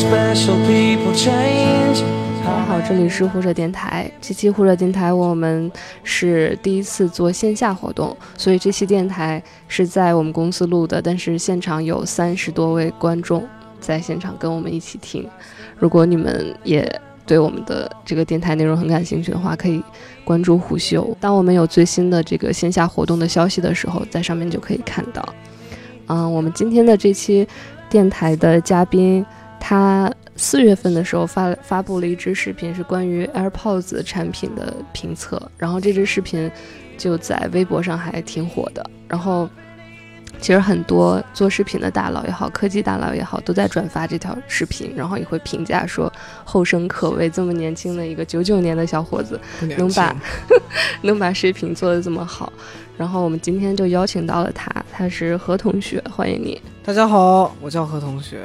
special people change。 大家好，这里是胡扯电台。这期胡扯电台我们是第一次做线下活动，所以这期电台是在我们公司录的，但是现场有30多位观众在现场跟我们一起听。如果你们也对我们的这个电台内容很感兴趣的话，可以关注虎嗅。当我们有最新的这个线下活动的消息的时候，在上面就可以看到。我们今天的这期电台的嘉宾，他4月份的时候发布了一支视频，是关于 AirPods 产品的评测，然后这支视频就在微博上还挺火的。然后其实很多做视频的大佬也好，科技大佬也好，都在转发这条视频，然后也会评价说后生可畏，这么年轻的一个99年的小伙子能把视频做得这么好。然后我们今天就邀请到了他是何同学，欢迎你。 大家好，我叫何同学。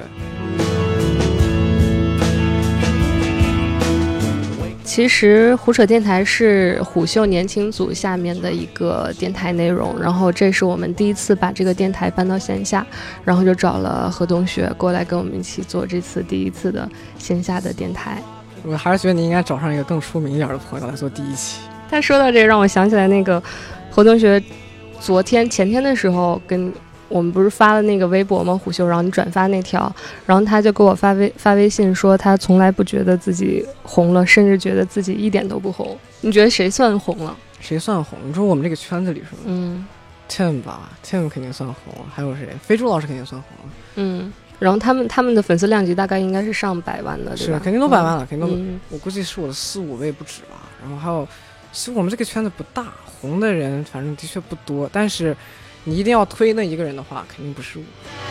其实胡扯电台是虎嗅年轻组下面的一个电台内容，然后这是我们第一次把这个电台搬到线下，然后就找了何同学过来跟我们一起做这次第一次的线下的电台。 我还是觉得你应该找上一个更出名一点的朋友来做第一期。 他说到这个让我想起来那个何同学前天的时候跟我们不是发了那个微博吗？虎嗅，然后你转发那条，然后他就给我发微信说他从来不觉得自己红了，甚至觉得自己一点都不红。你觉得谁算红了？ 谁算红？你说我们这个圈子里是吗？Tim 吧 ，Tim 肯定算红，还有谁？飞猪老师肯定算红。 然后他们的粉丝量级大概应该是上百万的，对吧？ 是肯定都100万了，肯定都，我估计是我的4、5位不止吧。然后还有，其实我们这个圈子不大，红的人反正的确不多，但是你一定要推那一个人的话，肯定不是我。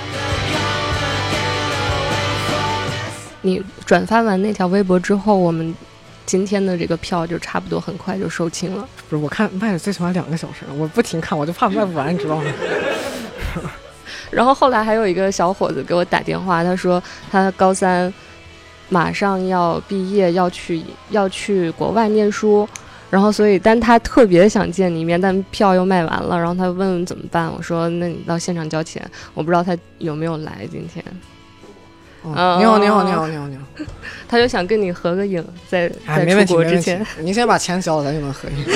你转发完那条微博之后，我们今天的这个票就差不多很快就售罄了。 不是，我看卖了最起码2个小时了，我不停看，我就怕卖不完，你知道吗？ 然后后来还有一个小伙子给我打电话，他说他高3马上要毕业，要去国外念书。然后但他特别想见你一面，但票又卖完了，然后他问问怎么办。我说那你到现场交钱。我不知道他有没有来今天。 你好。 他就想跟你合个影，在出国之前。 你先把钱交了，咱就能合影。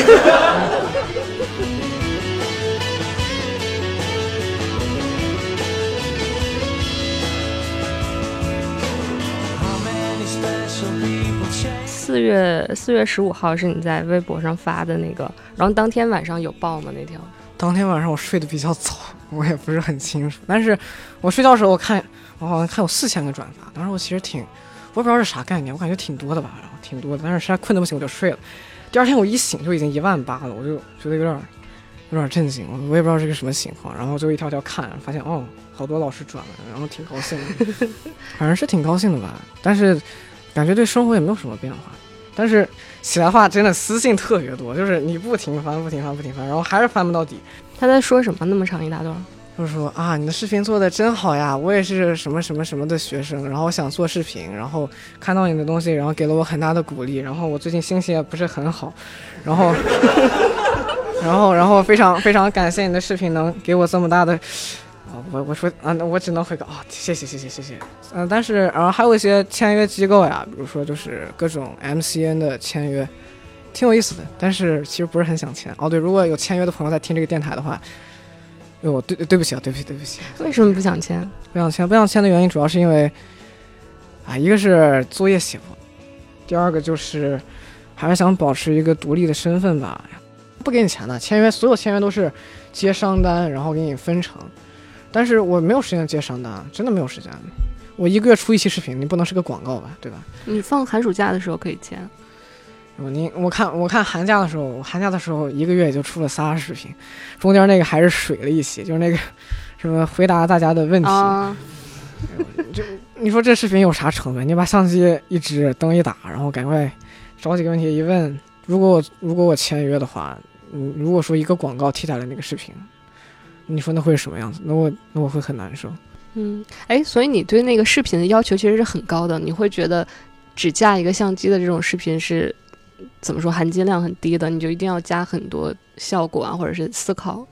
4月15号是你在微博上发的那个，然后当天晚上有报吗？那条？ 当天晚上我睡得比较早，我也不是很清楚，但是我睡觉的时候我好像看有4000个转发，当时我其实我不知道是啥概念，我感觉挺多的吧，然后挺多的，但是实在困得不行我就睡了。第二天我一醒就已经18000了，我就觉得有点震惊，我也不知道是个什么情况，然后就一条条看，发现好多老师转了，然后挺高兴的，反正是挺高兴的吧，但是感觉对生活也没有什么变化。但是起来的话真的私信特别多，就是你不停翻，然后还是翻不到底。 他在说什么那么长一大段？ 就是说啊，你的视频做的真好呀，我也是什么什么什么的学生，然后我想做视频，然后看到你的东西，然后给了我很大的鼓励，然后我最近心情也不是很好，然后然后非常非常感谢你的视频能给我这么大的。我说我只能回个谢谢。但是然后还有一些签约机构呀，比如说就是各种 MCN 的签约，挺有意思的，但是其实不是很想签。对，如果有签约的朋友在听这个电台的话，对不起。 为什么不想签？ 不想签的原因主要是因为一个是作业写不，第二个就是还是想保持一个独立的身份吧。不给你钱的签约，所有签约都是接商单，然后给你分成。但是我没有时间接商单，真的没有时间。我1个月出1期视频，你不能是个广告吧，对吧？ 你放寒暑假的时候可以签。 我看寒假的时候1个月也就出了3视频，中间那个还是水了一期，就是那个什么回答大家的问题。就你说这视频有啥成本？你把相机一支，灯一打，然后赶快找几个问题一问。如果我签约的话，如果说一个广告替代了那个视频，你说那会是什么样子？那我会很难受。 所以你对那个视频的要求其实是很高的，你会觉得只架一个相机的这种视频是怎么说含金量很低的，你就一定要加很多效果啊，或者是思考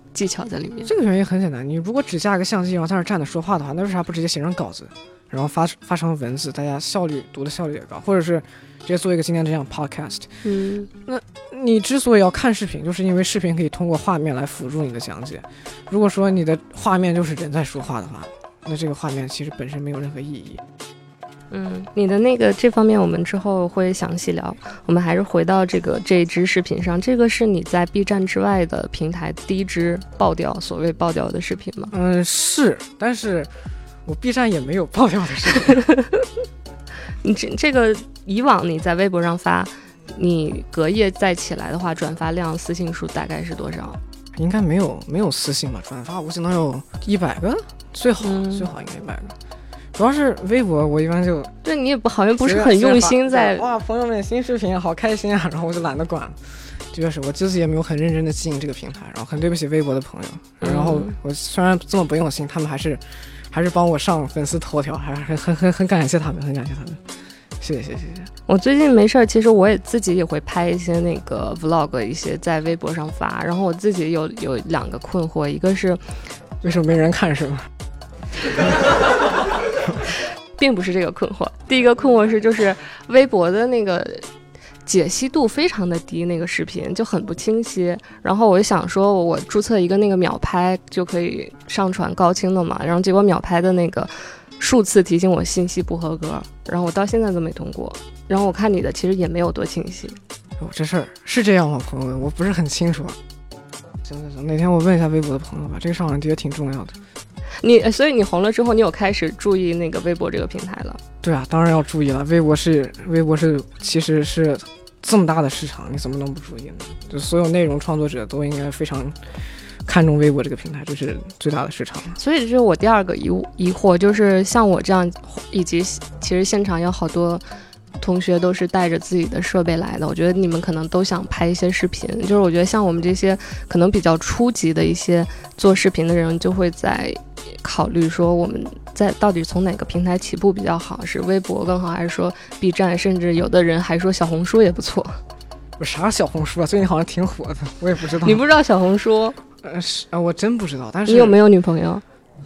技巧在里面。 这个原因很简单，你如果只架个相机然后在那站着说话的话，那为啥不直接写成稿子，然后发成文字，大家读的效率也高，或者是直接做一个今天这样 podcast。那你之所以要看视频，就是因为视频可以通过画面来辅助你的讲解。如果说你的画面就是人在说话的话，那这个画面其实本身没有任何意义。 你的那个这方面我们之后会详细聊，我们还是回到这一支视频上。这个是你在 B 站之外的平台第一支所谓爆掉的视频吗？ 是，但是我 B 站也没有爆掉的视频。 你这个以往你在微博上发，你隔夜再起来的话，转发量私信数大概是多少？ 应该没有私信吧，转发我只能有100个，最好应该100个。主要是微博，我一般就对你也好像不是很用心在哇，朋友们新视频好开心啊，然后我就懒得管了。的确是我自己也没有很认真的经营这个平台，然后很对不起微博的朋友。然后我虽然这么不用心，他们还是帮我上粉丝头条，还是很感谢他们，很感谢他们。谢谢。 我最近没事，其实我自己也会拍一些那个 vlog， 一些在微博上发。然后我自己有2个困惑，一个是为什么没人看是吗？ 并不是这个困惑。第一个困惑是，就是微博的那个解析度非常的低，那个视频就很不清晰。然后我就想说，我注册一个那个秒拍就可以上传高清的嘛。然后结果秒拍的那个数次提醒我信息不合格，然后我到现在都没通过。然后我看你的其实也没有多清晰。 这事儿是这样吗，朋友们？我不是很清楚。行，哪天我问一下微博的朋友吧，这个上网的确挺重要的。 所以你红了之后，你有开始注意那个微博这个平台了？ 对啊，当然要注意了。微博是其实是这么大的市场，你怎么能不注意呢？就所有内容创作者都应该非常看重微博这个平台，这是最大的市场。 所以这是我第2个疑惑，就是像我这样，以及其实现场有好多同学都是带着自己的设备来的，我觉得你们可能都想拍一些视频。就是我觉得像我们这些可能比较初级的一些做视频的人，就会在考虑说我们到底从哪个平台起步比较好，是微博更好，还是说 B 站，甚至有的人还说小红书也不错。 啥小红书啊？最近好像挺火的，我也不知道。 你不知道小红书？ 我真不知道。但是你有没有女朋友？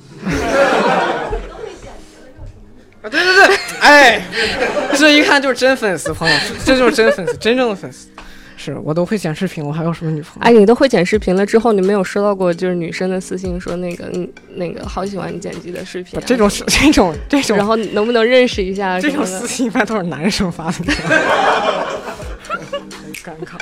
对，哎，这一看就是真粉丝，朋友，这就是真粉丝，真正的粉丝。是我都会剪视频，我还有什么女朋友？ 哎，你都会剪视频了之后，你没有收到过就是女生的私信说那个好喜欢你剪辑的视频、啊？ 这种， 然后能不能认识一下？ 这种私信一般都是男生发的，很尴尬。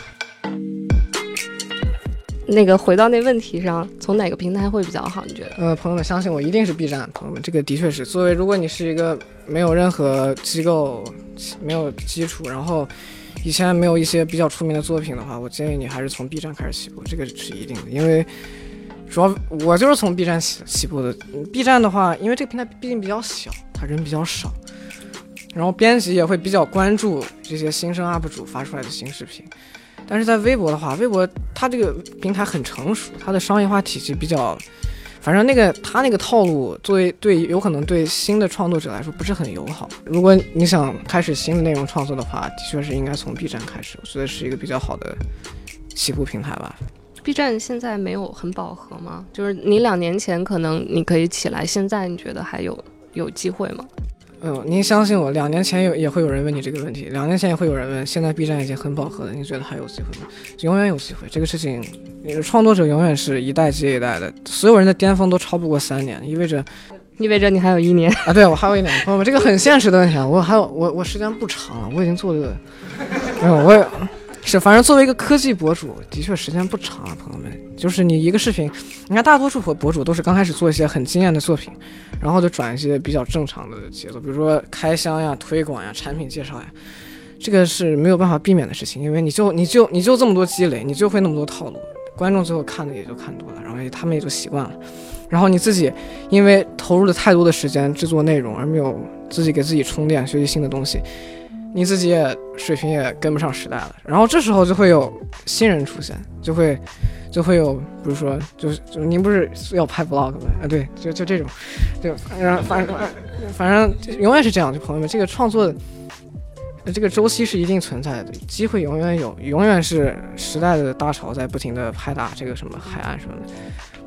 那个回到那问题上，从哪个平台会比较好？你觉得？ 朋友们相信我，一定是 B 站。朋友们，这个的确是。作为如果你是一个没有任何机构、没有基础，然后以前没有一些比较出名的作品的话，我建议你还是从 B 站开始起步，这个是一定的。因为主要我就是从 B 站起步的。B 站的话，因为这个平台毕竟比较小，它人比较少，然后编辑也会比较关注这些新生 UP 主发出来的新视频。但是在微博的话，微博它这个平台很成熟，它的商业化体系比较，反正它那个套路有可能对新的创作者来说不是很友好。如果你想开始新的内容创作的话，的确是应该从 B 站开始，我觉得是一个比较好的起步平台吧。 B 站现在没有很饱和吗？就是你2年前可能你可以起来，现在你觉得还有机会吗？ 您相信我，2年前也会有人问你这个问题，2年前也会有人问，现在 B 站已经很饱和了，你觉得还有机会吗？永远有机会，这个事情，你的创作者永远是一代接一代的，所有人的巅峰都超不过3年，意味着你还有1年啊？对，我还有1年，朋友们，这个很现实的问题啊，我时间不长了，我已经做了，我也是，反正作为一个科技博主，的确时间不长啊，朋友们。就是你一个视频，你看大多数博主都是刚开始做一些很惊艳的作品，然后就转一些比较正常的节奏，比如说开箱呀、推广呀、产品介绍呀，这个是没有办法避免的事情，因为你就这么多积累，你就会那么多套路，观众最后看的也就看多了，然后他们也就习惯了。然后你自己因为投入了太多的时间制作内容，而没有自己给自己充电学习新的东西，你自己也水平也跟不上时代了。然后这时候就会有新人出现，就会有，比如说就您不是要拍 vlog 吗？啊，对，就这种，就反正永远是这样。就朋友们，这个创作这个周期是一定存在的，机会永远有，永远是时代的大潮在不停的拍打这个什么海岸什么的。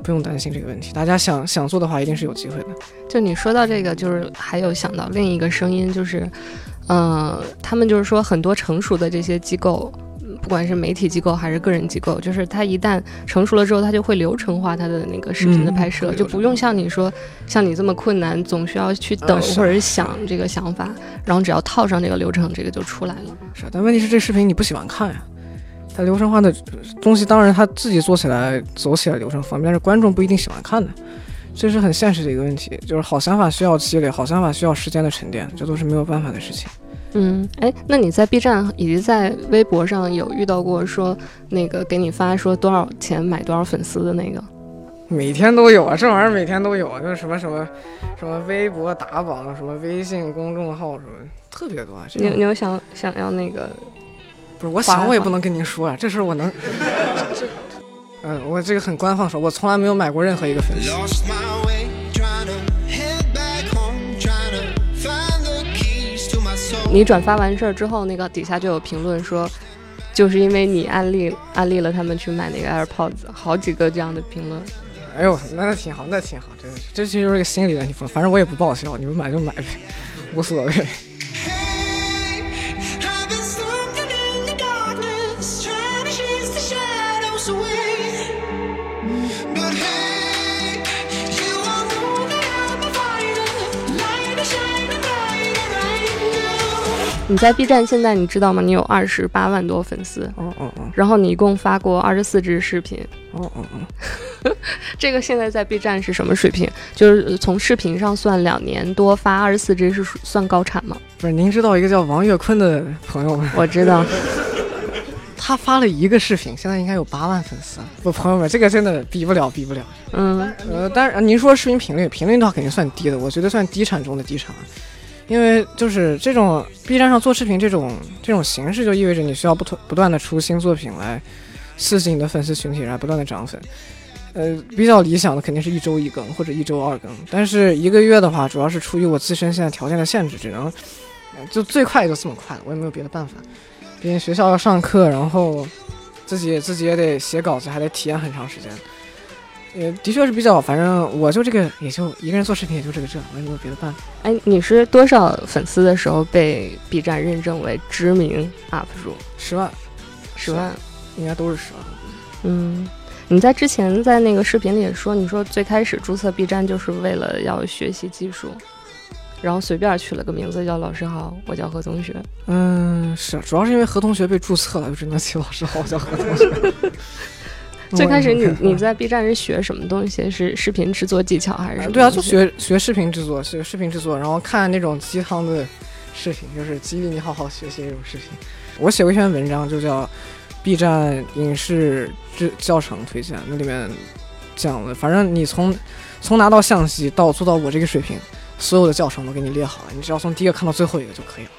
不用担心这个问题。大家想做的话，一定是有机会的。 就你说到这个，就是还有想到另一个声音，就是他们就是说很多成熟的这些机构，不管是媒体机构还是个人机构，就是它一旦成熟了之后，它就会流程化它的那个视频的拍摄，就不用像你说像你这么困难，总需要去等或者是想这个想法，然后只要套上这个流程，这个就出来了。 是，但问题是这视频你不喜欢看呀。它流程化的东西，当然它自己做起来走起来流程方便，但是观众不一定喜欢看的，这是很现实的一个问题。就是好想法需要积累，好想法需要时间的沉淀，这都是没有办法的事情。 那你在 B 站以及在微博上有遇到过说那个给你发说多少钱买多少粉丝的那个？ 每天都有啊，这玩意儿每天都有啊，就是什么微博打榜，什么微信公众号什么特别多啊。 你有想要那个？ 不是，我想我也不能跟您说啊，这事我能。我这个很官方说，我从来没有买过任何一个粉丝。 你转发完事儿之后，那个底下就有评论说，就是因为你安利了他们去买那个 AirPods， 好几个这样的评论。 哎呦，那挺好，这其实就是一个心理问题，反正我也不报销，你们买就买呗，无所谓。 你在 B 站现在你知道吗？你有28万多粉丝，然后你一共发过24支视频，这个现在在 B 站是什么水平？就是从视频上算2年多发24支是算高产吗？ 不是，您知道一个叫王岳坤的朋友吗？ 我知道。 他发了一个视频，现在应该有8万粉丝。不，朋友们，这个真的比不了。但是您说视频频率的话肯定算低的，我觉得算低产中的低产。因为就是这种 B 站上做视频这种形式，就意味着你需要不断的出新作品来刺激你的粉丝群体，然后不断的涨粉。比较理想的肯定是1周1更或者1周2更，但是1个月的话，主要是出于我自身现在条件的限制，只能就最快也就这么快了，我也没有别的办法。毕竟学校要上课，然后自己也得写稿子，还得体验很长时间。的确是比较，反正我就这个也就一个人做视频，也就这个我也没有别的办法。 你是多少粉丝的时候被 B 站认证为知名 UP 主 ？10万 ，10万， 应该都是10万。 你在之前在那个视频里也说，你说最开始注册 B 站就是为了要学习技术，然后随便取了个名字叫老师好，我叫何同学。 是，主要是因为何同学被注册了，就只能起老师好，我叫何同学。 最开始你在 B 站是学什么东西？是视频制作技巧还是什么？ 对啊，就学视频制作，然后看那种鸡汤的视频，就是激励你好好学习这种视频。我写过一篇文章，就叫 B 站影视教程推荐，那里面讲了，反正你从拿到相机到做到我这个水平，所有的教程都给你列好了，你只要从第一个看到最后一个就可以了。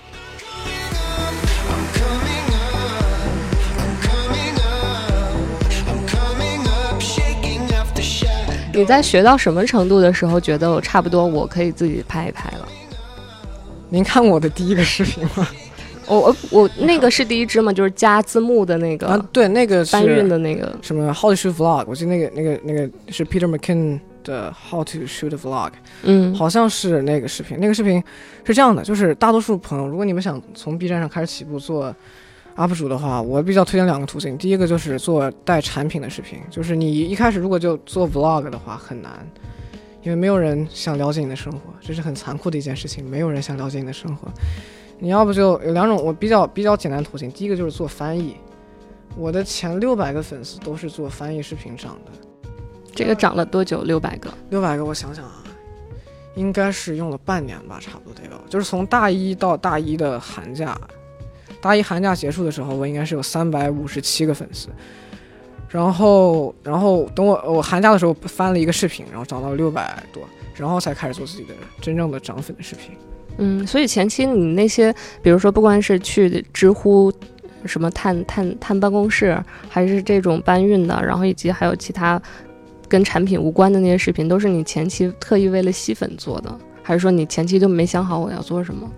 你在学到什么程度的时候觉得我差不多我可以自己拍一拍了？ 您看过我的第一个视频吗？ 我那个是第一支嘛，就是加字幕的那个对，那个是搬运的那个什么 How to Shoot Vlog， 我记得那个是 Peter McKinnon 的 How to Shoot Vlog， 好像是那个视频。那个视频是这样的，就是大多数朋友，如果你们想从 B 站上开始起步做UP 主的话，我比较推荐2个途径。第一个就是做带产品的视频，就是你一开始如果就做 Vlog 的话很难，因为没有人想了解你的生活，这是很残酷的一件事情，没有人想了解你的生活。你要不就有2种我比较简单的途径，第一个就是做翻译，我的前600个粉丝都是做翻译视频涨的。 这个涨了多久？600个 ？600个，我想想啊，应该是用了半年吧，差不多得有，就是从大一到大一的寒假。大一寒假结束的时候，我应该是有357个粉丝，然后等我寒假的时候翻了一个视频，然后涨到600多，然后才开始做自己的真正的涨粉的视频。 所以前期你那些，比如说不管是去知乎什么探办公室，还是这种搬运的，然后以及还有其他跟产品无关的那些视频，都是你前期特意为了吸粉做的，还是说你前期就没想好我要做什么？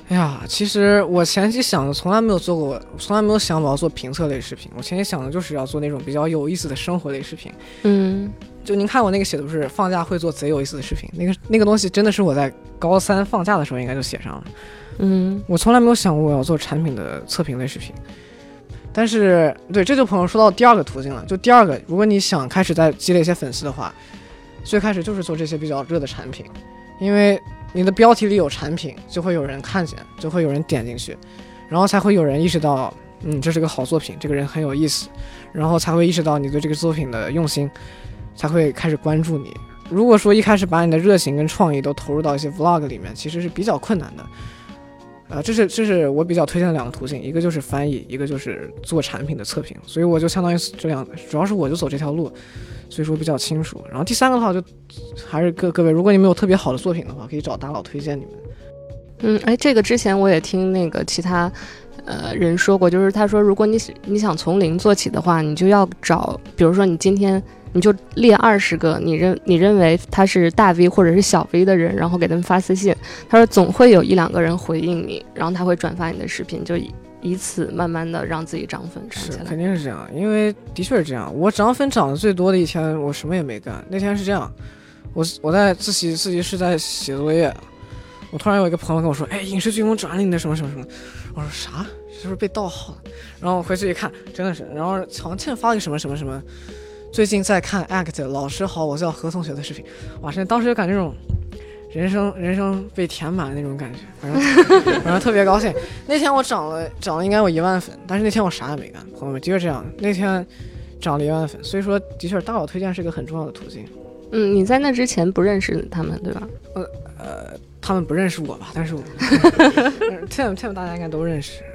哎呀，其实我前期想的从来没有做过，从来没有想我要做评测类视频。我前期想的就是要做那种比较有意思的生活类视频。就您看我那个写的不是放假会做贼有意思的视频，那个东西真的是我在高3放假的时候应该就写上了。我从来没有想过我要做产品的测评类视频。但是对，这就朋友说到第二个途径了。就第二个，如果你想开始再积累一些粉丝的话，最开始就是做这些比较热的产品，因为你的标题里有产品，就会有人看见，就会有人点进去，然后才会有人意识到，这是个好作品，这个人很有意思，然后才会意识到你对这个作品的用心，才会开始关注你。如果说一开始把你的热情跟创意都投入到一些 vlog 里面，其实是比较困难的。这是我比较推荐的两个途径，一个就是翻译，一个就是做产品的测评，所以我就相当于这样，主要是我就走这条路，所以说比较清楚。然后第三个的话，就还是各位，如果你们有特别好的作品的话，可以找大佬推荐你们。 这个之前我也听那个其他人说过，就是他说，如果你想从零做起的话，你就要找，比如说你今天你就列20个你认为他是大 V 或者是小 V 的人，然后给他们发私信，他说总会有1-2个人回应你，然后他会转发你的视频，就以此慢慢的让自己涨粉上起来。 是，肯定是这样，因为的确是这样。我涨粉涨的最多的一天，我什么也没干。那天是这样，我在自习室在写作业，我突然有一个朋友跟我说，影视飓风转了你的什么什么什么，我说啥？是不是被盗号了？然后我回去一看，真的是，然后好像欠发了个什么什么什么。最近在看 ACT 老师好，我叫何同学的视频，哇，当时就感觉这种人生被填满的那种感觉，反正特别高兴。那天我涨了应该有1万粉，但是那天我啥也没干，朋友们的确这样，那天涨了1万粉，所以说的确大佬推荐是一个很重要的途径。 你在那之前不认识他们对吧？ 他们不认识我吧，但是我Tim 大家应该都认识。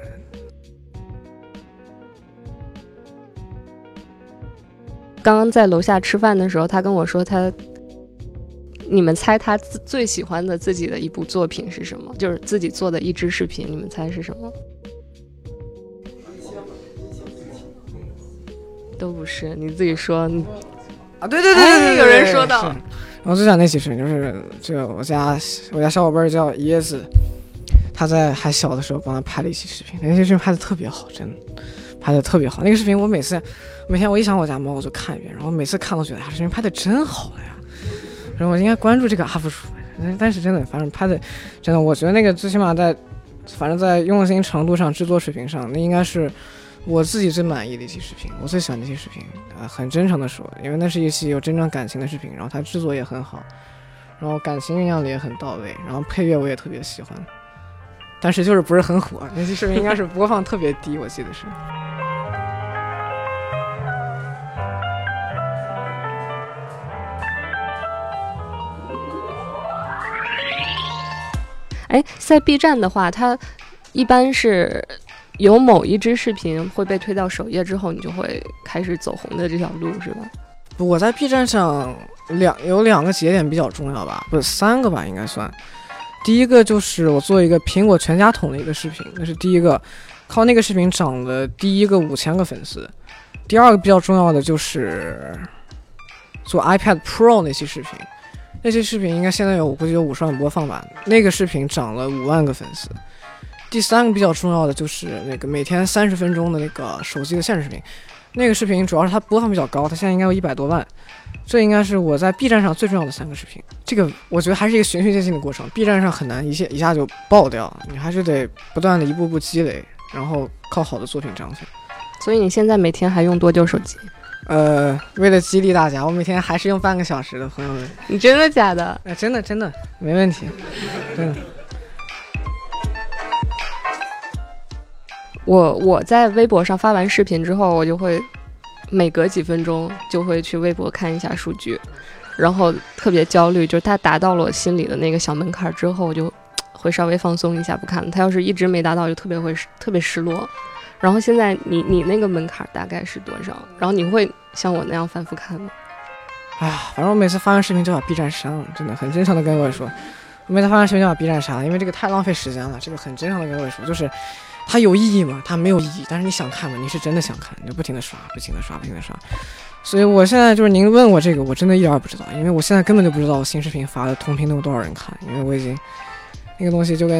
刚刚在楼下吃饭的时候，他跟我说你们猜他最喜欢的自己的一部作品是什么？就是自己做的一支视频，你们猜是什么？都不是，你自己说。 对， 有人说到。 然后最讲那期视频就是我家小伙伴叫椰子，他在还小的时候帮他拍了一期视频，那期视频拍的特别好，真的拍的特别好。那个视频我每天我一想我家猫我就看一遍，然后每次看都觉得视频拍的真好了呀，然后我应该关注这个 UP 主。但是真的反正拍的真的，我觉得那个最起码反正在用心程度上制作水平上，那应该是我自己最满意的一期视频，我最喜欢的一期视频很真诚的说，因为那是一期有真正感情的视频，然后它制作也很好，然后感情酝酿的也很到位，然后配乐我也特别喜欢，但是就是不是很火，那期视频应该是播放特别低，我记得是。 在 B 站的话，它一般是有某一支视频会被推到首页之后，你就会开始走红的这条路，是吧？ 我在 B 站上有2个节点比较重要吧，不是3个吧，应该算。第一个就是我做一个苹果全家桶的一个视频，那是第一个，靠那个视频涨了第一个5000个粉丝。第二个比较重要的就是做 iPad Pro 那期视频。那些视频应该现在我估计有50万播放吧，那个视频涨了5万个粉丝。第3个比较重要的就是那个每天30分钟的那个手机的限制视频，那个视频主要是它播放比较高，它现在应该有100多万，这应该是我在 B 站上最重要的3个视频。这个我觉得还是一个循序渐进的过程， B 站上很难一下就爆掉，你还是得不断的一步步积累，然后靠好的作品涨粉。 所以你现在每天还用多久手机？ 为了激励大家，我每天还是用半个小时的，朋友们。 你真的假的？ 真的没问题，真的。 我在微博上发完视频之后，我就会每隔几分钟就会去微博看一下数据，然后特别焦虑，就是它达到了我心里的那个小门槛之后，我就会稍微放松一下不看了。它要是一直没达到，就特别失落。然后现在你那个门槛大概是多少？然后你会像我那样反复看吗？ 反正我每次发完视频就把 B 站删了，真的很真诚的跟各位说，我每次发完视频就把 B 站删了，因为这个太浪费时间了。这个很真诚的跟各位说，就是它有意义吗？它没有意义，但是你想看吗？你是真的想看，你就不停的刷。所以我现在就是您问我这个，我真的一点也不知道，因为我现在根本就不知道我新视频发的同屏能有多少人看，因为我已经那个东西就跟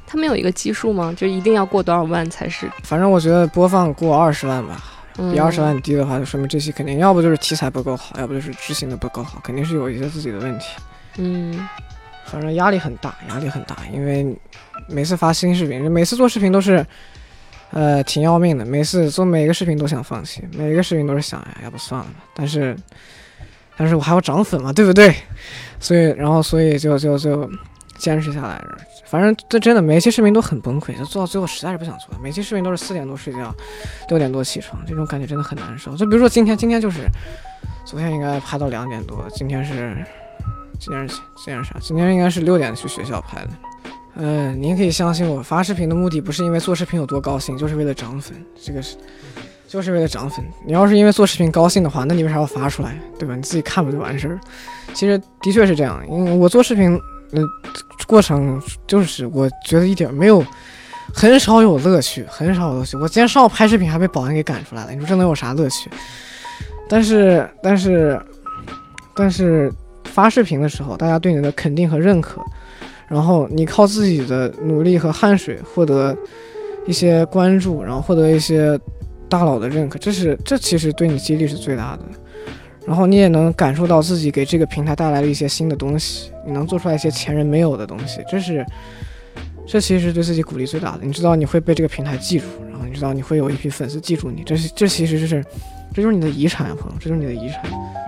他们有一个基数吗？就一定要过多少万才是？ 反正我觉得播放过20万吧，比20万低的话，就说明这期肯定要不就是题材不够好，要不就是执行的不够好，肯定是有一些自己的问题。反正压力很大，因为每次发新视频，每次做视频都是挺要命的，每次做每个视频都想放弃，每个视频都是想要不算了吧，但是我还要涨粉嘛，对不对？所以就坚持下来了。反正这真的每一期视频都很崩溃，就做到最后实在是不想做了。每期视频都是4点多睡觉，6点多起床，这种感觉真的很难受。就比如说今天就是昨天应该拍到2点多，今天是啥？今天应该是6点去学校拍的。您可以相信我，发视频的目的不是因为做视频有多高兴，就是为了涨粉。就是为了涨粉。你要是因为做视频高兴的话，那你为啥要发出来，对吧？你自己看不就完事儿？其实的确是这样，因为我做视频，过程就是我觉得一点没有，很少有乐趣。我今天上午拍视频还被保安给赶出来了，你说这能有啥乐趣？但是发视频的时候，大家对你的肯定和认可，然后你靠自己的努力和汗水获得一些关注，然后获得一些大佬的认可，这其实对你激励是最大的。然后你也能感受到自己给这个平台带来了一些新的东西，你能做出来一些前人没有的东西，这其实是对自己鼓励最大的。你知道你会被这个平台记住，然后你知道你会有一批粉丝记住你，这其实这就是你的遗产啊，朋友，这就是你的遗产。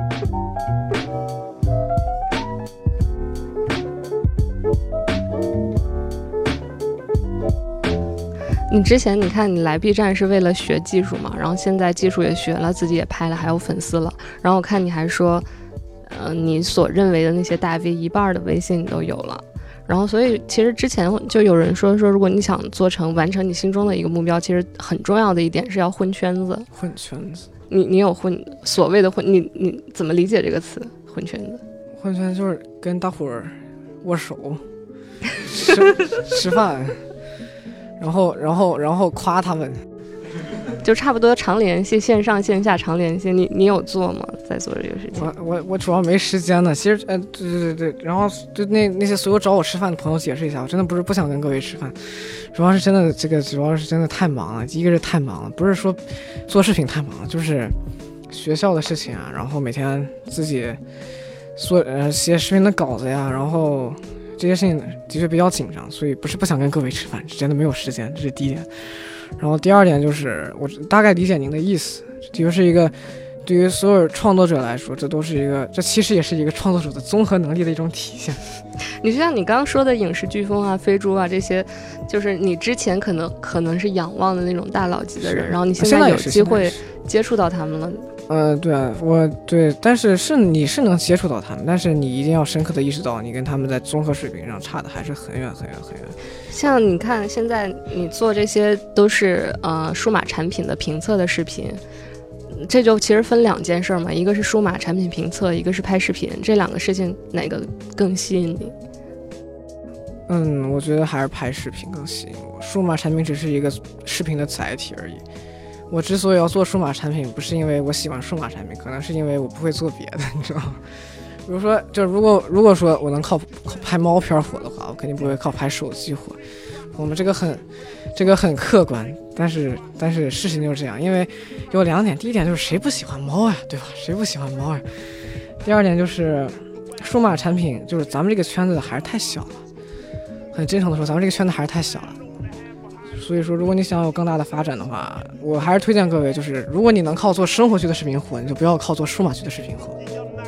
你之前你看你来 B 站是为了学技术嘛，然后现在技术也学了，自己也拍了，还有粉丝了。然后我看你还说，你所认为的那些大 V 一半的微信你都有了。然后所以其实之前就有人说，如果你想完成你心中的一个目标，其实很重要的一点是要混圈子。 混圈子， 你有所谓的混，你怎么理解这个词？混圈子？ 混圈就是跟大伙儿握手，吃饭。然后夸他们， 就差不多常联系，线上线下常联系。你有做吗？在做这个事情？ 我主要没时间呢。其实对，然后对那些所有找我吃饭的朋友解释一下，我真的不是不想跟各位吃饭，主要是真的太忙了。一个是太忙了，不是说做视频太忙了，就是学校的事情啊，然后每天自己写视频的稿子呀，然后。这些事情的确比较紧张，所以不是不想跟各位吃饭，是真的没有时间，这是第一点。然后第二点就是我大概理解您的意思，的确是一个对于所有创作者来说，这其实也是一个创作者的综合能力的一种体现。 你就像你刚刚说的影视飓风啊、飞猪啊这些，就是你之前可能是仰望的那种大佬级的人，然后你现在有机会接触到他们了。 对，但是你是能接触到他们，但是你一定要深刻的意识到，你跟他们在综合水平上差的还是很远。 像你看，现在你做这些都是数码产品的评测的视频，这就其实分2件事嘛，一个是数码产品评测，一个是拍视频，这2个事情哪个更吸引你？ 我觉得还是拍视频更吸引我，数码产品只是一个视频的载体而已。我之所以要做数码产品，不是因为我喜欢数码产品，可能是因为我不会做别的，你知道吗？比如说，就如果说我能靠拍猫片火的话，我肯定不会靠拍手机火。我们这个很客观，但是事情就是这样，因为有2点，第一点就是谁不喜欢猫呀，对吧？谁不喜欢猫呀？第二点就是数码产品，就是咱们这个圈子还是太小了。很真诚的说，咱们这个圈子还是太小了。所以说，如果你想有更大的发展的话，我还是推荐各位，就是如果你能靠做生活区的视频火，你就不要靠做数码区的视频火。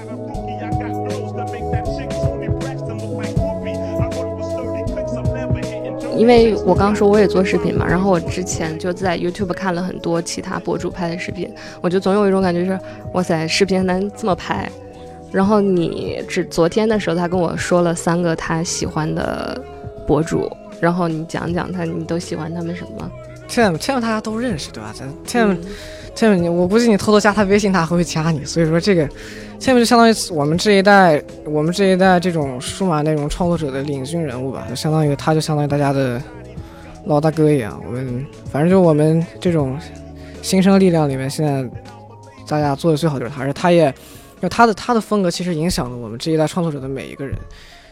因为我刚说我也做视频嘛，然后我之前就在 YouTube 看了很多其他博主拍的视频，我就总有一种感觉是，哇塞，视频还能这么拍。然后昨天的时候，他跟我说了3个他喜欢的博主。然后你讲讲你都喜欢他们什么 ？Tim 大家都认识对吧？Tim 我估计你偷偷加他微信，他还会加你。所以说这个 Tim 就相当于我们这一代这种数码内容创作者的领军人物吧，就相当于大家的老大哥一样。反正就我们这种新生力量里面，现在大家做的最好就是他，而他的风格其实影响了我们这一代创作者的每一个人。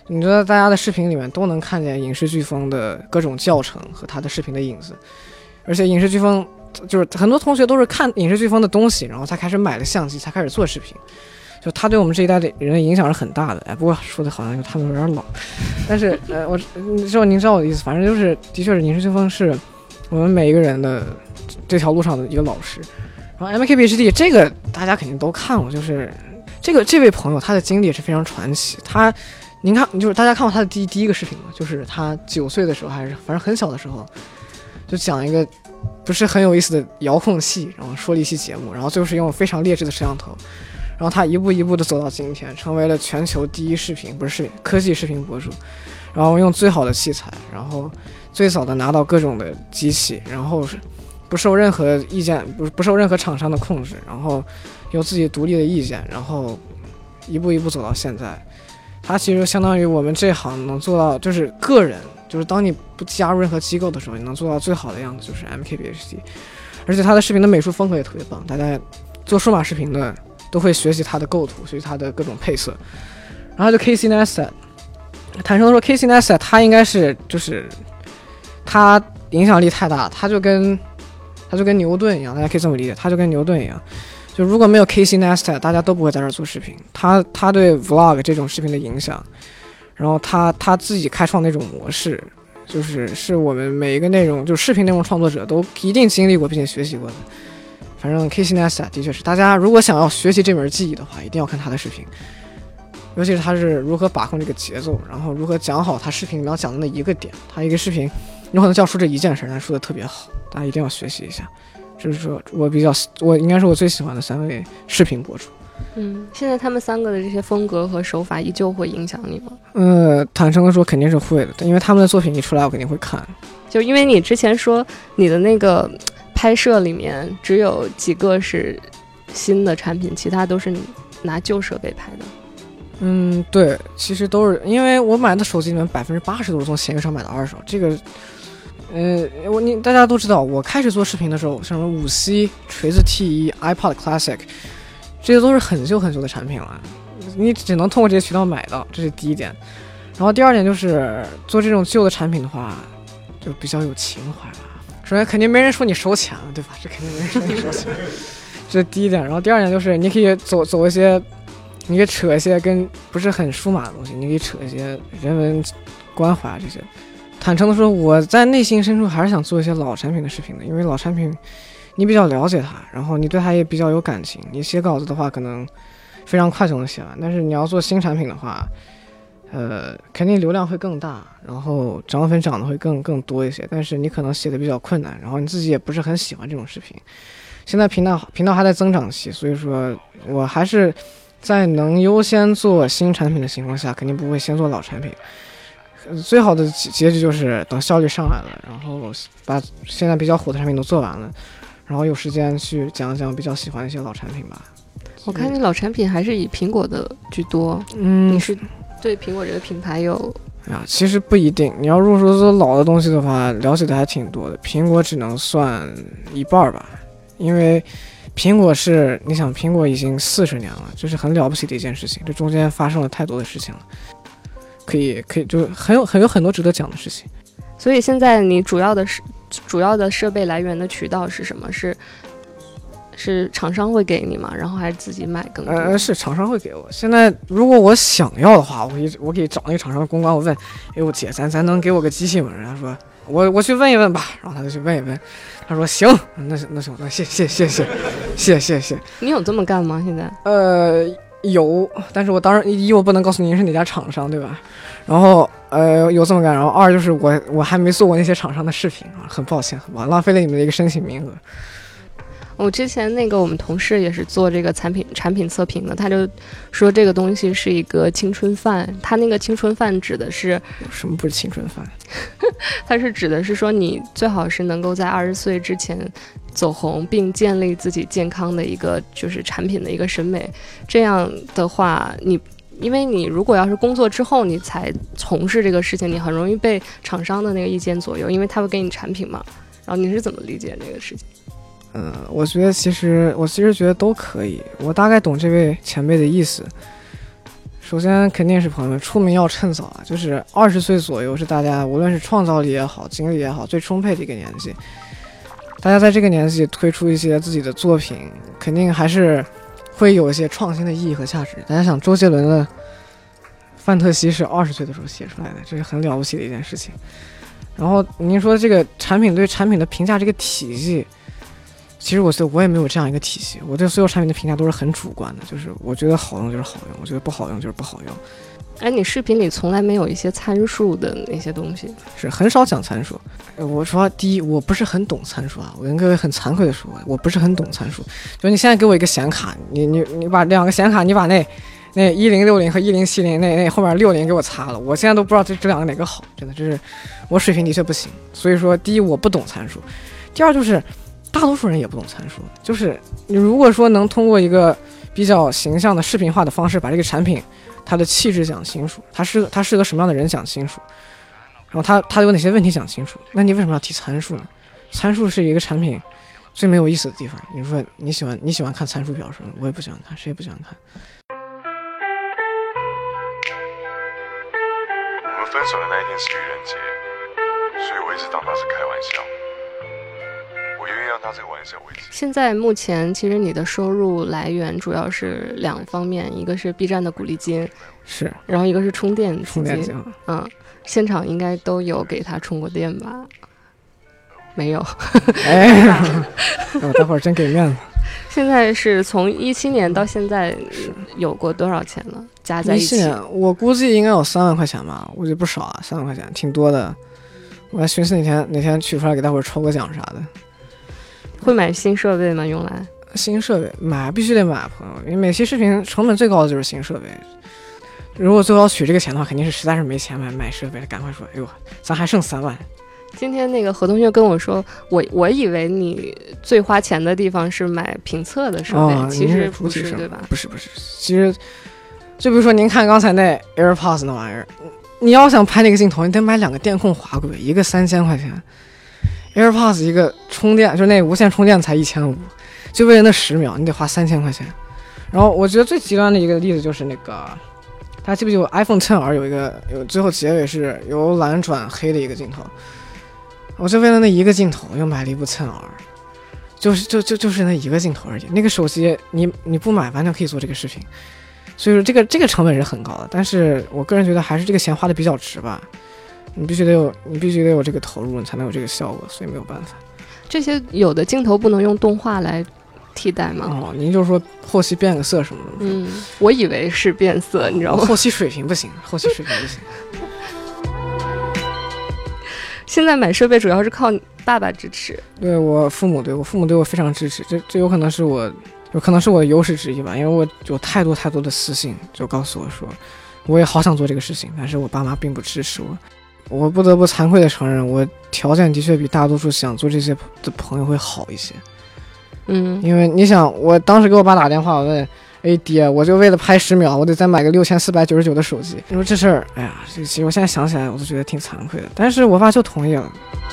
你觉得大家的视频里面都能看见影视飓风的各种教程和他的视频的影子，而且影视飓风就是很多同学都是看影视飓风的东西，然后才开始买了相机，才开始做视频。就他对我们这一代的人的影响是很大的。不过说的好像就他们有点老，但是您知道我的意思，反正就是的确是影视飓风是我们每一个人的这条路上的一个老师。然后 MKBHD 这个大家肯定都看过，就是这位朋友他的经历也是非常传奇。您看，就是大家看过他的第一个视频吗？就是他9岁的时候，还是反正很小的时候，就讲一个不是很有意思的遥控器，然后说了一期节目，然后最后是用非常劣质的摄像头，然后他一步一步的走到今天，成为了全球第一科技视频博主，然后用最好的器材，然后最早的拿到各种的机器，然后不受任何意见，不受任何厂商的控制，然后有自己独立的意见，然后一步一步走到现在。他其实相当于我们这行能做到，就是个人，就是当你不加入任何机构的时候，你能做到最好的样子就是 MKBHD。而且他的视频的美术风格也特别棒，大家做数码视频的都会学习他的构图，学习他的各种配色。然后就 Casey Neistat， 坦诚的说 Casey Neistat 他应该是就是他影响力太大，他就跟牛顿一样，大家可以这么理解，他就跟牛顿一样。就如果没有 Casey Neistat， 大家都不会在这儿做视频。他对 vlog 这种视频的影响，然后他自己开创那种模式，是我们每一个内容，就是视频内容创作者都一定经历过并且学习过的。反正 Casey Neistat 的确是，大家如果想要学习这门技艺的话，一定要看他的视频，尤其是他是如何把控这个节奏，然后如何讲好他视频里面要讲的那一个点。他一个视频有可能就要说这一件事，但说的特别好，大家一定要学习一下。就是说我应该是我最喜欢的3位视频博主。 现在他们3个的这些风格和手法依旧会影响你吗？ 坦诚的说肯定是会的，因为他们的作品一出来我肯定会看。 就因为你之前说你的那个拍摄里面只有几个是新的产品，其他都是你拿旧设备拍的。 对，其实都是因为我买的手机里面80%都是从闲鱼上买的二手。这个大家都知道，我开始做视频的时候，像什么5C、锤子 T1、iPod Classic， 这些都是很旧很旧的产品了，你只能通过这些渠道买到，这是第一点。然后第二点就是做这种旧的产品的话，就比较有情怀吧。首先肯定没人说你收钱了，对吧？这肯定没人说你收钱，这是第一点。然后第二点就是你可以走一些，你可以扯一些跟不是很数码的东西，你可以扯一些人文关怀这些。坦诚的说，我在内心深处还是想做一些老产品的视频的，因为老产品你比较了解它，然后你对它也比较有感情。你写稿子的话可能非常快就能写完，但是你要做新产品的话，肯定流量会更大，然后涨粉涨的会更多一些，但是你可能写的比较困难，然后你自己也不是很喜欢这种视频。现在频道还在增长期，所以说我还是在能优先做新产品的情况下，肯定不会先做老产品。最好的结局就是等效率上来了，然后把现在比较火的产品都做完了，然后有时间去讲讲比较喜欢的一些老产品吧。 我看你老产品还是以苹果的居多，你是对苹果这个品牌有？ 其实不一定，你要如果说做老的东西的话，了解的还挺多的。苹果只能算一半吧，因为苹果你想苹果已经40年了，这是很了不起的一件事情，这中间发生了太多的事情了。可以，就有很多值得讲的事情。 所以现在你主要的设备来源的渠道是什么？是厂商会给你吗？然后还是自己买更多？ 是厂商会给我。现在如果我想要的话，我可以找那个厂商的公关，我问，我姐，咱能给我个机器吗？人家说我去问一问吧，然后他就去问一问，他说行，那行，那谢谢。 你有这么干吗？现在？ 有，但是我当然我不能告诉您是哪家厂商，对吧？然后有这么干，然后2就是我还没做过那些厂商的视频啊，很抱歉，浪费了你们的一个申请名额。 我之前我们同事也是做这个产品测评的，他就说这个东西是一个青春饭，他那个青春饭指的是什么？不是青春饭， 他是指的是说你最好是能够在20岁之前走红，并建立自己健康的一个就是产品的一个审美。这样的话，因为你如果要是工作之后你才从事这个事情，你很容易被厂商的那个意见左右，因为他会给你产品嘛。然后你是怎么理解这个事情？ 我其实觉得都可以。我大概懂这位前辈的意思。 首先肯定是朋友们出名要趁早啊，就是20岁左右是大家无论是创造力也好，精力也好最充沛的一个年纪。大家在这个年纪推出一些自己的作品，肯定还是会有一些创新的意义和价值。大家想，周杰伦的《范特西》是20岁的时候写出来的，这是很了不起的一件事情。然后您说这个产品对产品的评价这个体系，其实我也没有这样一个体系，我对所有产品的评价都是很主观的，就是我觉得好用就是好用，我觉得不好用就是不好用。 哎，你视频里从来没有一些参数的那些东西？ 是很少讲参数。我说第一，我不是很懂参数啊，我跟各位很惭愧的说，我不是很懂参数。就你现在给我一个显卡，你把2个显卡，你把那1060和1070那后面60给我擦了，我现在都不知道这2个哪个好，真的，这是我水平的确不行。所以说，第一我不懂参数，第二就是大多数人也不懂参数。就是你如果说能通过一个比较形象的视频化的方式把这个产品它的气质讲清楚，他是个什么样的人讲清楚，然后他有哪些问题讲清楚，那你为什么要提参数呢？参数是一个产品最没有意思的地方。你说你喜欢看参数表是吗？我也不喜欢看，谁也不喜欢看。 我们分手的那一天是愚人节，所以我一直当他是开玩笑，我愿意让他这个玩笑为止。 现在目前其实你的收入来源主要是2方面，一个是 B 站的鼓励金， 是， 然后一个是充电金。现场应该都有给他充过电吧？没有。 哎，我待会儿真给面子。 现在是从17年到现在有过多少钱了？加在一起？17 年，我估计应该有3万块钱吧，估计不少啊，3万块钱挺多的。我还寻思哪天取出来给大伙儿抽个奖啥的。 会买新设备吗？用来新设备必须得买，朋友，因为每期视频成本最高的就是新设备。如果最后要取这个钱的话，肯定是实在是没钱买设备了，赶快说，哎呦，咱还剩3万。 今天那个何同学跟我说，我以为你最花钱的地方是买评测的设备，其实不是，对吧？ 不是，其实就比如说您看刚才那 AirPods 那玩意儿，你要想拍那个镜头，你得买2个电控滑轨，一个3000块钱。AirPods 一个充电，就那无线充电才1500，就为了那10秒，你得花3000块钱。然后我觉得最极端的一个例子就是那个，大家记不记得 iPhone XR 有最后结尾是由蓝转黑的一个镜头，我就为了那一个镜头又买了一部XR，就是那一个镜头而已。那个手机你不买完全可以做这个视频，所以说这个成本是很高的，但是我个人觉得还是这个钱花的比较值吧。你必须得有这个投入，你才能有这个效果，所以没有办法。 这些有的镜头不能用动画来替代吗？ 哦，您就是说后期变个色什么的？ 我以为是变色，你知道吗？ 后期水平不行，后期水平不行。 现在买设备主要是靠爸爸支持， 对我父母对我非常支持，这有可能是我的优势之一吧，因为我有太多的私信就告诉我说，我也好想做这个事情，但是我爸妈并不支持我。我不得不惭愧的承认，我条件的确比大多数想做这些的朋友会好一些。因为你想，我当时给我爸打电话，我问，哎爹，我就为了拍10秒，我得再买个6499的手机。你说这事儿，哎呀，其实我现在想起来，我都觉得挺惭愧的。但是我爸就同意了。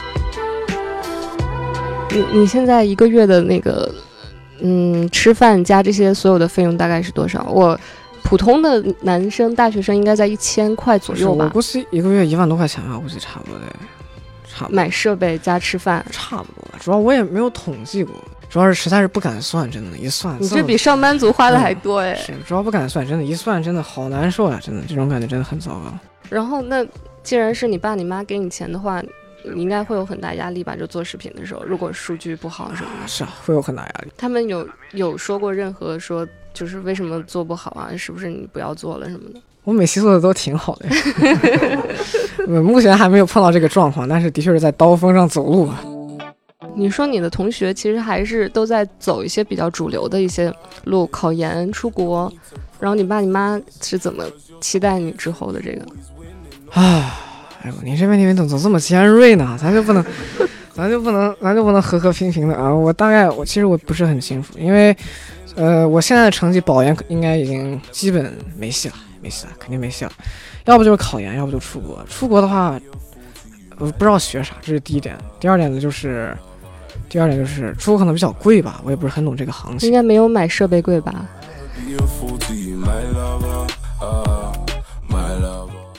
你现在一个月的那个，吃饭加这些所有的费用大概是多少？我普通的男生大学生应该在1000块左右吧？ 我估计一个月1万多块钱吧，我估计差不多的。 买设备加吃饭差不多吧，主要我也没有统计过，主要是实在是不敢算，真的，一算你这比上班族花的还多哎。 是，主要不敢算，真的，一算真的好难受啊，真的，这种感觉真的很糟糕。 然后那既然是你爸你妈给你钱的话，你应该会有很大压力吧？就做视频的时候，如果数据不好什么的。 是啊，会有很大压力。 他们有说过任何说就是为什么做不好啊？是不是你不要做了什么的？ 我每期做的都挺好的，目前还没有碰到这个状况，但是的确是在刀锋上走路啊。 你说你的同学其实还是都在走一些比较主流的一些路，考研、出国，然后你爸你妈是怎么期待你之后的这个？ 哎呦，你这问题怎么这么尖锐呢？咱就不能和和平平的啊！其实我不是很清楚，因为我现在的成绩保研应该已经基本没戏了，肯定没戏了。要不就是考研，要不就出国。出国的话，我不知道学啥，这是第一点。第二点就是出国可能比较贵吧，我也不是很懂这个行情。 应该没有买设备贵吧？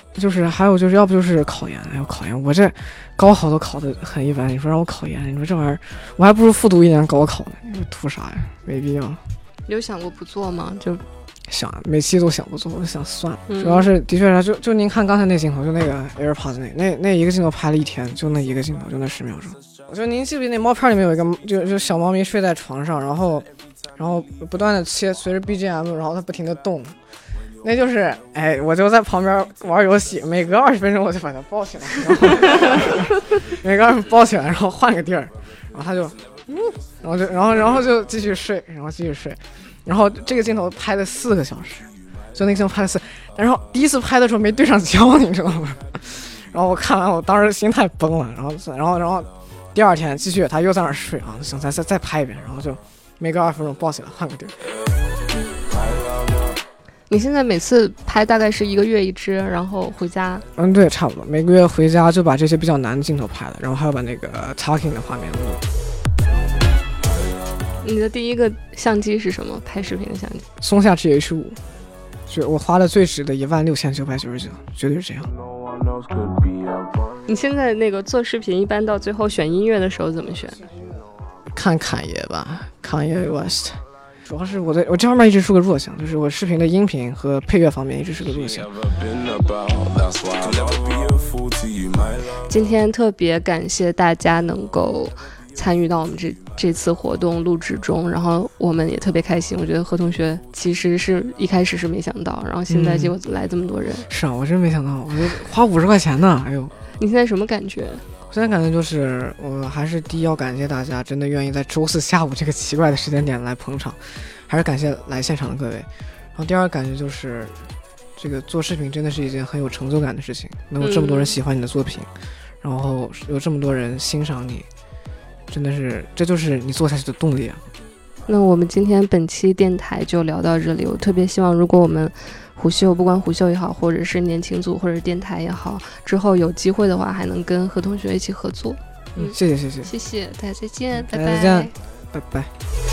就是还有就是要不就是考研，还有考研，我这高考都考得很一般，你说让我考研，你说这玩意儿我还不如复读1年高考呢，你说图啥呀？没必要。 有想过不做吗？就想每期都想不做，我就想算了。主要是的确是就您看刚才那镜头，就那个 AirPods 那一个镜头拍了1天，就那一个镜头，就那10秒钟。我觉得您记不记得那猫片里面有一个就小猫咪睡在床上，然后不断的切，随着 BGM， 然后它不停的动。那就是我就在旁边玩游戏，每隔20分钟我就把它抱起来，然后每隔20分钟抱起来，然后换个地儿，然后它就然后就继续睡，然后这个镜头拍了4个小时，就那个镜头拍了然后第一次拍的时候没对上焦，你知道吗？然后我看完，我当时心态崩了，然后第2天继续，他又在那儿睡啊，想再拍一遍，然后就每隔20分钟抱起来换个地儿。 你现在每次拍大概是1个月1支，然后回家？ 对，差不多每个月回家就把这些比较难的镜头拍了，然后还要把那个 talking 的画面录。 你的第一个相机是什么？拍视频的相机？ 松下 GH5，就我花的最值的16999，绝对是这样。 你现在那个做视频，一般到最后选音乐的时候怎么选？ 看侃爷吧，侃爷 West。主要是我这方面一直是个弱项，就是我视频的音频和配乐方面一直是个弱项。 今天特别感谢大家能够参与到我们这次活动录制中，然后我们也特别开心。我觉得何同学其实是一开始是没想到，然后现在结果来这么多人。 是啊，我真没想到，我就花50块钱呢，哎呦！ 你现在什么感觉？ 我现在感觉就是，我还是第一要感谢大家，真的愿意在周4下午这个奇怪的时间点来捧场，还是感谢来现场的各位。然后第二个感觉就是，这个做视频真的是一件很有成就感的事情，能有这么多人喜欢你的作品，然后有这么多人欣赏你，真的是，这就是你做下去的动力啊。 那我们今天本期电台就聊到这里，我特别希望如果我们虎嗅，不管虎嗅也好，或者是年轻组或者电台也好，之后有机会的话还能跟何同学一起合作。 谢谢谢谢大家，再见，拜拜， 再见，拜拜。